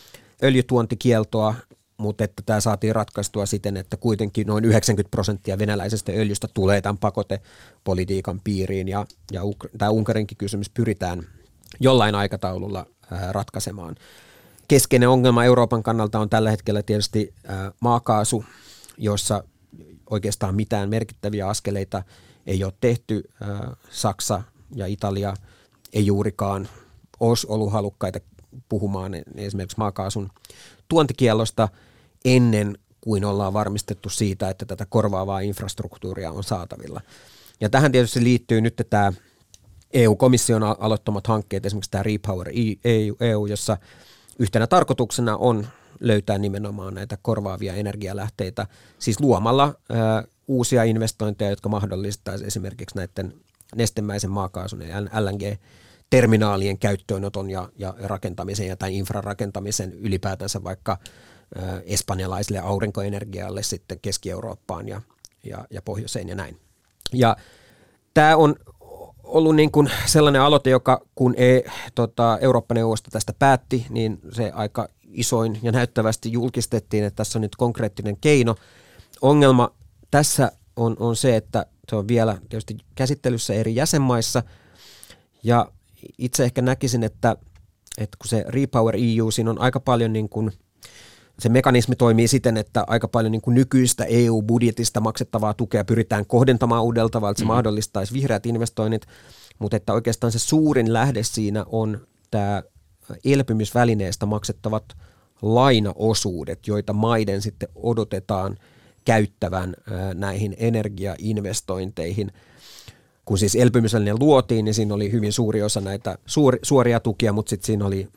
öljytuontikieltoa, mutta että tämä saatiin ratkaistua siten, että kuitenkin noin yhdeksänkymmentä prosenttia venäläisestä öljystä tulee tämän pakotepolitiikan piiriin, ja, ja tämä Unkarinkin kysymys pyritään jollain aikataululla ää, ratkaisemaan. Keskeinen ongelma Euroopan kannalta on tällä hetkellä tietysti maakaasu, jossa oikeastaan mitään merkittäviä askeleita ei ole tehty. Saksa ja Italia ei juurikaan olisi ollut halukkaita puhumaan esimerkiksi maakaasun tuontikiellosta ennen kuin ollaan varmistettu siitä, että tätä korvaavaa infrastruktuuria on saatavilla. Ja tähän tietysti liittyy nyt tämä E U-komission aloittamat hankkeet, esimerkiksi tämä Repower E U, jossa yhtenä tarkoituksena on löytää nimenomaan näitä korvaavia energialähteitä, siis luomalla ö, uusia investointeja, jotka mahdollistaisi esimerkiksi näiden nestemäisen maakaasun ja L N G-terminaalien käyttöönoton ja, ja rakentamisen ja tai infrarakentamisen ylipäätänsä vaikka ö, espanjalaiselle aurinkoenergialle sitten Keski-Eurooppaan ja, ja, ja pohjoiseen ja näin. Ja tämä on ollut niin kuin sellainen aloite, joka kun e, tota, Eurooppa-neuvosto tästä päätti, niin se aika isoin ja näyttävästi julkistettiin, että tässä on nyt konkreettinen keino. Ongelma tässä on, on se, että se on vielä tietysti käsittelyssä eri jäsenmaissa, ja itse ehkä näkisin, että, että kun se Repower E U, siinä on aika paljon niin kuin, se mekanismi toimii siten, että aika paljon niin kuin nykyistä E U-budjetista maksettavaa tukea pyritään kohdentamaan uudella tavalla, että se mm. mahdollistaisi vihreät investoinnit, mutta että oikeastaan se suurin lähde siinä on tämä elpymisvälineestä maksettavat lainaosuudet, joita maiden sitten odotetaan käyttävän näihin energiainvestointeihin. Kun siis elpymisväline luotiin, niin siinä oli hyvin suuri osa näitä suori, suoria tukia, mutta sitten siinä oli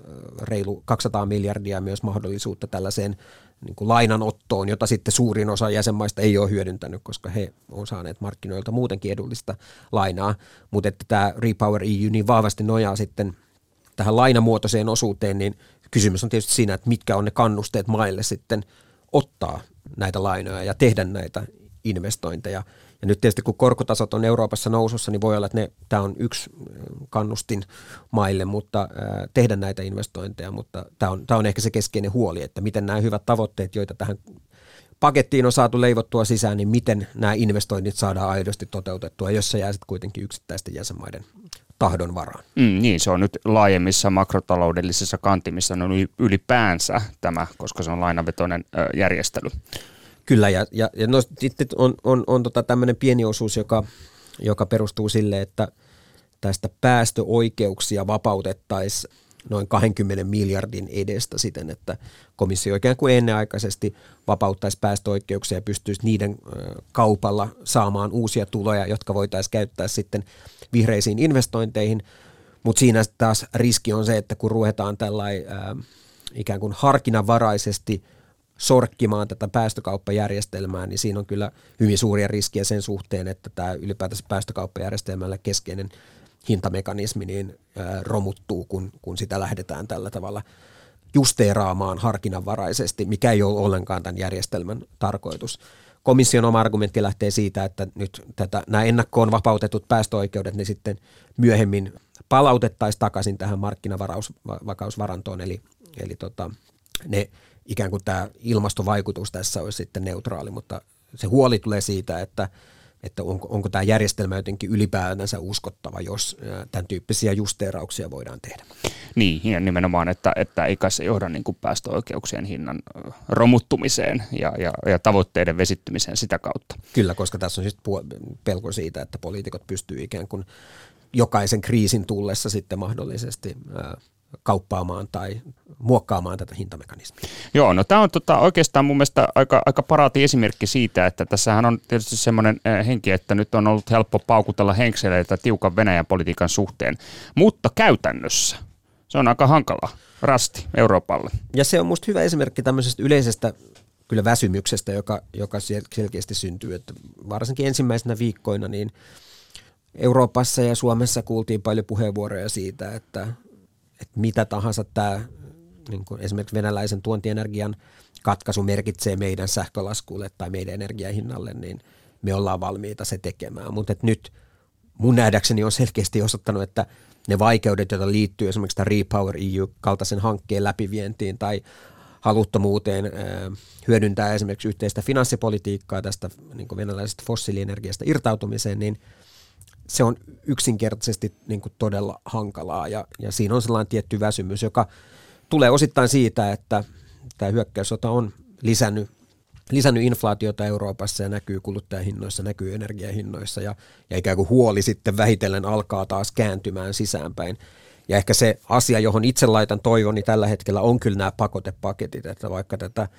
reilu kaksisataa miljardia myös mahdollisuutta tällaiseen niin kuin lainanottoon, jota sitten suurin osa jäsenmaista ei ole hyödyntänyt, koska he on saaneet markkinoilta muutenkin edullista lainaa, mutta että tämä Repower E U niin vahvasti nojaa sitten tähän lainamuotoiseen osuuteen, niin kysymys on tietysti siinä, että mitkä on ne kannusteet maille sitten ottaa näitä lainoja ja tehdä näitä investointeja. Ja nyt tietysti kun korkotasot on Euroopassa nousussa, niin voi olla, että ne, tämä on yksi kannustin maille, mutta ää, tehdä näitä investointeja, mutta tämä on, tämä on ehkä se keskeinen huoli, että miten nämä hyvät tavoitteet, joita tähän pakettiin on saatu leivottua sisään, niin miten nämä investoinnit saadaan aidosti toteutettua, jos se jää sitten kuitenkin yksittäisten jäsenmaiden tahdon varaan. Mm, niin, se on nyt laajemmissa makrotaloudellisissa kantimissa no ylipäänsä tämä, koska se on lainavetoinen ö, järjestely. Kyllä, ja, ja, ja no, sitten on, on, on tota tämmöinen pieni osuus, joka, joka perustuu sille, että tästä päästöoikeuksia vapautettaisiin noin kaksikymmentä miljardin edestä siten, että komissio oikein kuin ennenaikaisesti vapauttaisi päästöoikeuksia ja pystyisi niiden kaupalla saamaan uusia tuloja, jotka voitaisiin käyttää sitten vihreisiin investointeihin, mutta siinä taas riski on se, että kun ruvetaan tällainen äh, ikään kuin harkinnanvaraisesti sorkkimaan tätä päästökauppajärjestelmää, niin siinä on kyllä hyvin suuria riskejä sen suhteen, että tämä ylipäätänsä päästökauppajärjestelmällä keskeinen hintamekanismi niin ää, romuttuu, kun, kun sitä lähdetään tällä tavalla justeeraamaan harkinnanvaraisesti, mikä ei ole ollenkaan tämän järjestelmän tarkoitus. Komission oma argumentti lähtee siitä, että nyt tätä, nämä ennakkoon vapautetut päästöoikeudet ne sitten myöhemmin palautettaisiin takaisin tähän markkinavakausvarantoon, eli, eli tota, ne ikään kuin tämä ilmastovaikutus tässä olisi sitten neutraali, mutta se huoli tulee siitä, että, että onko, onko tämä järjestelmä jotenkin ylipäätänsä uskottava, jos tämän tyyppisiä justeerauksia voidaan tehdä. Niin, ja nimenomaan, että, että ei kai se johda niin kuin päästöoikeuksien hinnan romuttumiseen ja, ja, ja tavoitteiden vesittymiseen sitä kautta. Kyllä, koska tässä on siis pelko siitä, että poliitikot pystyvät ikään kuin jokaisen kriisin tullessa sitten mahdollisesti kauppaamaan tai muokkaamaan tätä hintamekanismia. Joo, no tämä on tota, oikeastaan mun mielestä aika, aika paraati esimerkki siitä, että tässähän on tietysti semmoinen henki, että nyt on ollut helppo paukutella henkseleitä tiukan Venäjän politiikan suhteen, mutta käytännössä se on aika hankala rasti Euroopalle. Ja se on musta hyvä esimerkki tämmöisestä yleisestä kyllä väsymyksestä, joka, joka selkeästi syntyy, että varsinkin ensimmäisenä viikkoina niin Euroopassa ja Suomessa kuultiin paljon puheenvuoroja siitä, että että mitä tahansa tämä niin kuin esimerkiksi venäläisen tuontienergian katkaisu merkitsee meidän sähkölaskulle tai meidän energiahinnalle, niin me ollaan valmiita se tekemään. Mutta nyt mun nähdäkseni on selkeästi osoittanut, että ne vaikeudet, joita liittyy esimerkiksi tämän Repower E U-kaltaisen hankkeen läpivientiin tai haluttomuuteen hyödyntää esimerkiksi yhteistä finanssipolitiikkaa tästä niin kuin venäläisestä fossiilienergiasta irtautumiseen, niin se on yksinkertaisesti niin kuin todella hankalaa ja, ja siinä on sellainen tietty väsymys, joka tulee osittain siitä, että tämä hyökkäyssota on lisännyt, lisännyt inflaatiota Euroopassa ja näkyy kuluttajahinnoissa, näkyy energiahinnoissa ja, ja ikään kuin huoli sitten vähitellen alkaa taas kääntymään sisäänpäin. Ja ehkä se asia, johon itse laitan toivoni tällä hetkellä on kyllä nämä pakotepaketit, että vaikka tätä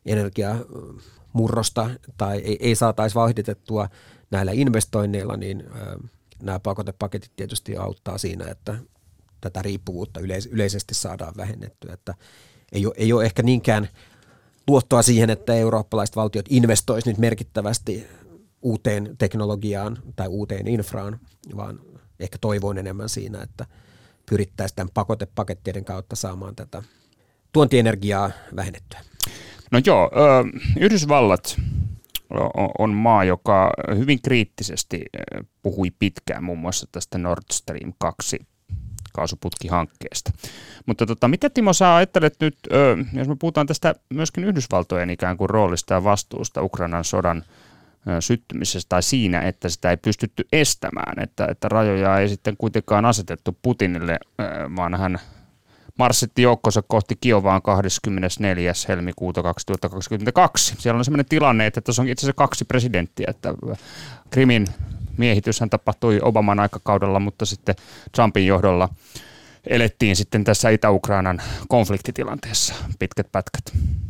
energiamurrosta tai ei, ei saataisi vauhditettua näillä investoinneilla, niin nämä pakotepaketit tietysti auttaa siinä, että tätä riippuvuutta yleis- yleisesti saadaan vähennettyä. Että ei ole, ei ole ehkä niinkään luottoa siihen, että eurooppalaiset valtiot investoisivat nyt merkittävästi uuteen teknologiaan tai uuteen infraan, vaan ehkä toivoin enemmän siinä, että pyrittäisiin tämän pakotepakettien kautta saamaan tätä tuontienergiaa vähennettyä. No joo, Yhdysvallat on maa, joka hyvin kriittisesti puhui pitkään muun muassa tästä Nord Stream kaksi kaasuputkihankkeesta. Mutta tota, mitä Timo sä ajattelet nyt, jos me puhutaan tästä myöskin Yhdysvaltojen ikään kuin roolista ja vastuusta Ukrainan sodan syttymisessä tai siinä, että sitä ei pystytty estämään, että, että rajoja ei sitten kuitenkaan asetettu Putinille, vaan hän marssitti joukkonsa kohti Kiovaan kahdeskymmenesneljäs helmikuuta kaksituhattakaksikymmentäkaksi. Siellä on sellainen tilanne, että tässä on itse asiassa kaksi presidenttiä, että Krimin miehityshän tapahtui Obaman aikakaudella, mutta sitten Trumpin johdolla elettiin sitten tässä Itä-Ukrainan konfliktitilanteessa pitkät pätkät.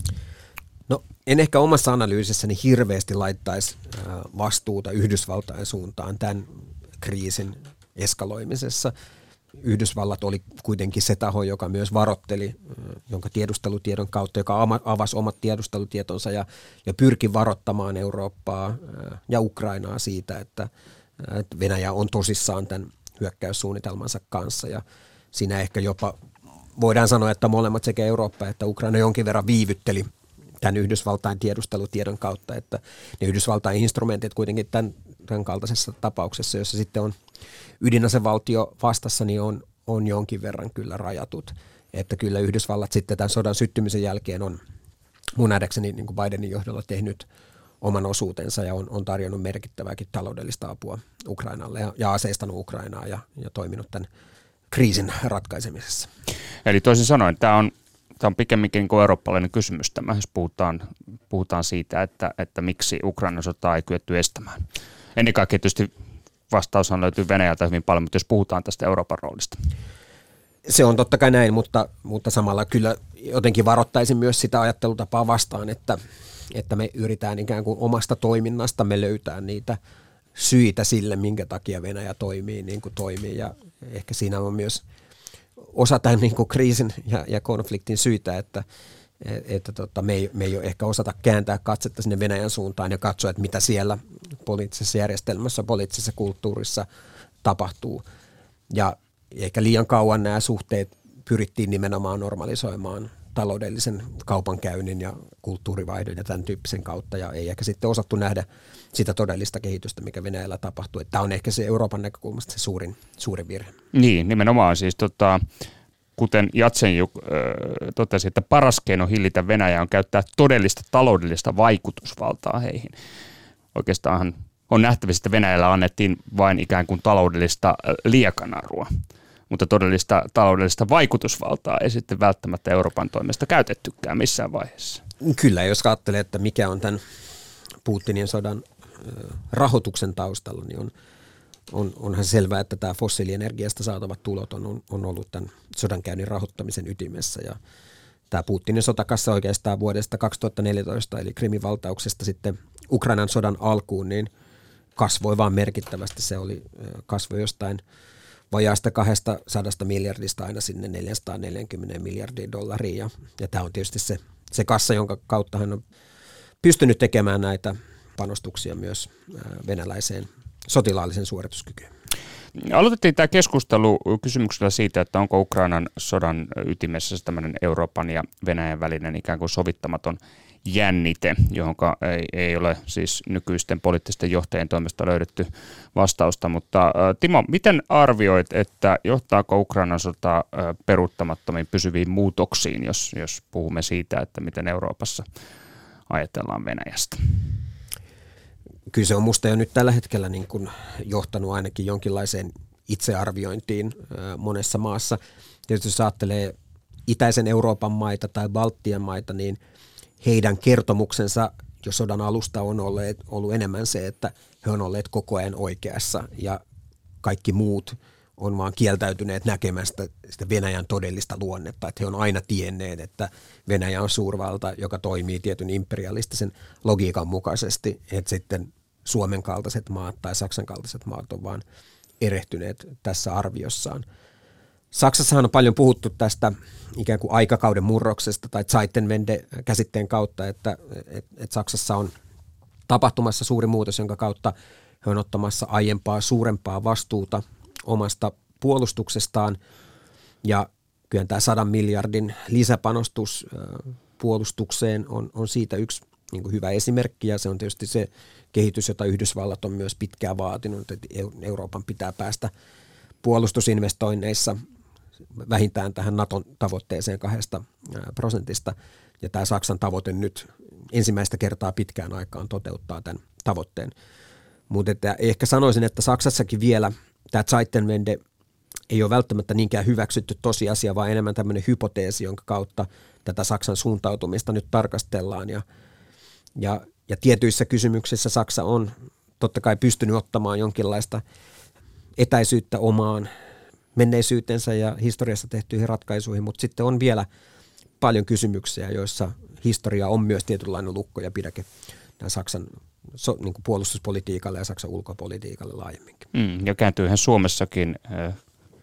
No en ehkä omassa analyysissäni hirveästi laittaisi vastuuta Yhdysvaltain suuntaan tämän kriisin eskaloimisessa. Yhdysvallat oli kuitenkin se taho, joka myös varoitteli, jonka tiedustelutiedon kautta, joka avasi omat tiedustelutietonsa ja, ja pyrki varoittamaan Eurooppaa ja Ukrainaa siitä, että, että Venäjä on tosissaan tämän hyökkäyssuunnitelmansa kanssa. Ja siinä ehkä jopa voidaan sanoa, että molemmat sekä Eurooppa että Ukraina jonkin verran viivytteli tämän Yhdysvaltain tiedustelutiedon kautta, että ne Yhdysvaltain instrumentit kuitenkin tämän, tämän kaltaisessa tapauksessa, jossa sitten on ydinasevaltio vastassa, niin on, on jonkin verran kyllä rajatut. Että kyllä Yhdysvallat sitten tämän sodan syttymisen jälkeen on mun nähdäkseni niin kuin Bidenin johdolla tehnyt oman osuutensa ja on, on tarjonnut merkittävääkin taloudellista apua Ukrainalle ja, ja aseistanut Ukrainaa ja, ja toiminut tämän kriisin ratkaisemisessa. Eli toisin sanoen tämä on Tämä on pikemminkin kuin eurooppalainen kysymys tämä, jos puhutaan, puhutaan siitä, että, että miksi Ukrainan sotaa ei kyetty estämään. Ennen kaikkea tietysti vastaushan löytyy Venäjältä hyvin paljon, mutta jos puhutaan tästä Euroopan roolista. Se on totta kai näin, mutta, mutta samalla kyllä jotenkin varoittaisin myös sitä ajattelutapaa vastaan, että, että me yritetään ikään kuin omasta toiminnastamme löytää niitä syitä sille, minkä takia Venäjä toimii niin kuin toimii ja ehkä siinä on myös osa tämän niin kuin kriisin ja, ja konfliktin syitä, että, että tota, me, ei, me ei ole ehkä osata kääntää katsetta sinne Venäjän suuntaan ja katsoa, että mitä siellä poliittisessa järjestelmässä, poliittisessa kulttuurissa tapahtuu. Ja ehkä liian kauan nämä suhteet pyrittiin nimenomaan normalisoimaan taloudellisen kaupankäynnin ja kulttuurivaihdon ja tämän tyyppisen kautta, ja ei ehkä sitten osattu nähdä sitä todellista kehitystä, mikä Venäjällä tapahtuu. Tämä on ehkä se Euroopan näkökulmasta se suurin, suurin virhe. Niin, nimenomaan siis tota, kuten Jatsenjuk äh, totesi, että paras keino hillitä Venäjää on käyttää todellista taloudellista vaikutusvaltaa heihin. Oikeastaanhan on nähtävissä, että Venäjällä annettiin vain ikään kuin taloudellista liekanarua, mutta todellista taloudellista vaikutusvaltaa ei sitten välttämättä Euroopan toimesta käytettykään missään vaiheessa. Kyllä, jos ajattelee, että mikä on tämän Putinin sodan rahoituksen taustalla, niin on, on, onhan selvää, että tämä fossiilienergiasta saatavat tulot on, on ollut tämän sodankäynnin rahoittamisen ytimessä. Ja tämä Putinin sotakassa oikeastaan vuodesta kaksituhattaneljätoista, eli Krimin valtauksesta sitten Ukrainan sodan alkuun, niin kasvoi vaan merkittävästi. Se oli kasvoi jostain vajaasta kaksisataa miljardista aina sinne neljäsataaneljäkymmentä miljardia dollaria. Ja, ja tämä on tietysti se, se kassa, jonka kautta hän on pystynyt tekemään näitä panostuksia myös venäläiseen sotilaalliseen suorituskykyyn. Aloitettiin tämä keskustelu kysymyksellä siitä, että onko Ukrainan sodan ytimessä tämmöinen Euroopan ja Venäjän välinen ikään kuin sovittamaton jännite, johon ei, ei ole siis nykyisten poliittisten johtajien toimesta löydetty vastausta. Mutta Timo, miten arvioit, että johtaako Ukrainan sota peruuttamattomiin pysyviin muutoksiin, jos, jos puhumme siitä, että miten Euroopassa ajatellaan Venäjästä? Kyllä se on musta jo nyt tällä hetkellä niin kuin johtanut ainakin jonkinlaiseen itsearviointiin monessa maassa. Tietysti jos ajattelee itäisen Euroopan maita tai Baltian maita, niin heidän kertomuksensa jo sodan alusta on ollut, ollut enemmän se, että he on olleet koko ajan oikeassa ja kaikki muut on vaan kieltäytyneet näkemästä sitä Venäjän todellista luonnetta, että he on aina tienneet, että Venäjä on suurvalta, joka toimii tietyn imperialistisen logiikan mukaisesti, että sitten Suomen kaltaiset maat tai Saksan kaltaiset maat on vaan erehtyneet tässä arviossaan. Saksassahan on paljon puhuttu tästä ikään kuin aikakauden murroksesta tai Zeitenwende-käsitteen kautta, että, että, että Saksassa on tapahtumassa suuri muutos, jonka kautta he on ottamassa aiempaa suurempaa vastuuta omasta puolustuksestaan, ja kyllä tämä sadan miljardin lisäpanostus puolustukseen on, on siitä yksi niin kuin hyvä esimerkki, ja se on tietysti se kehitys, jota Yhdysvallat on myös pitkään vaatinut, että Euroopan pitää päästä puolustusinvestoinneissa vähintään tähän Naton tavoitteeseen kahdesta prosentista, ja tämä Saksan tavoite nyt ensimmäistä kertaa pitkään aikaan toteuttaa tämän tavoitteen. Mutta ehkä sanoisin, että Saksassakin vielä tämä Zeitenwende ei ole välttämättä niinkään hyväksytty tosiasia, vaan enemmän tämmöinen hypoteesi, jonka kautta tätä Saksan suuntautumista nyt tarkastellaan. Ja, ja, ja tietyissä kysymyksissä Saksa on totta kai pystynyt ottamaan jonkinlaista etäisyyttä omaan menneisyytensä ja historiassa tehtyihin ratkaisuihin, mutta sitten on vielä paljon kysymyksiä, joissa historia on myös tietynlainen lukko ja pidäke tämän Saksan so, niin kuin puolustuspolitiikalle ja Saksan ulkopolitiikalle laajemminkin. Mm, ja kääntyyhän Suomessakin äh,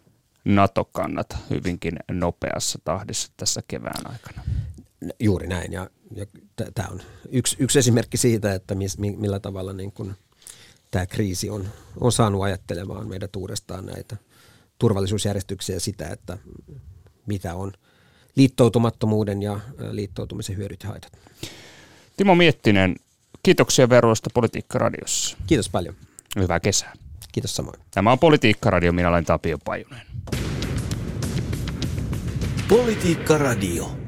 NATO-kannat hyvinkin nopeassa tahdissa tässä kevään aikana. Juuri näin, ja, ja tämä on yksi, yksi esimerkki siitä, että mis, millä tavalla niin kun tämä kriisi on, on saanut ajattelemaan meidät uudestaan näitä turvallisuusjärjestyksiä ja sitä, että mitä on liittoutumattomuuden ja liittoutumisen hyödyt ja haitat. Timo Miettinen, kiitoksia veroista Politiikka-radiossa. Kiitos paljon. Hyvää kesää. Kiitos samoin. Tämä on Politiikka-radio, minä olen Tapio Pajunen. Politiikka-radio.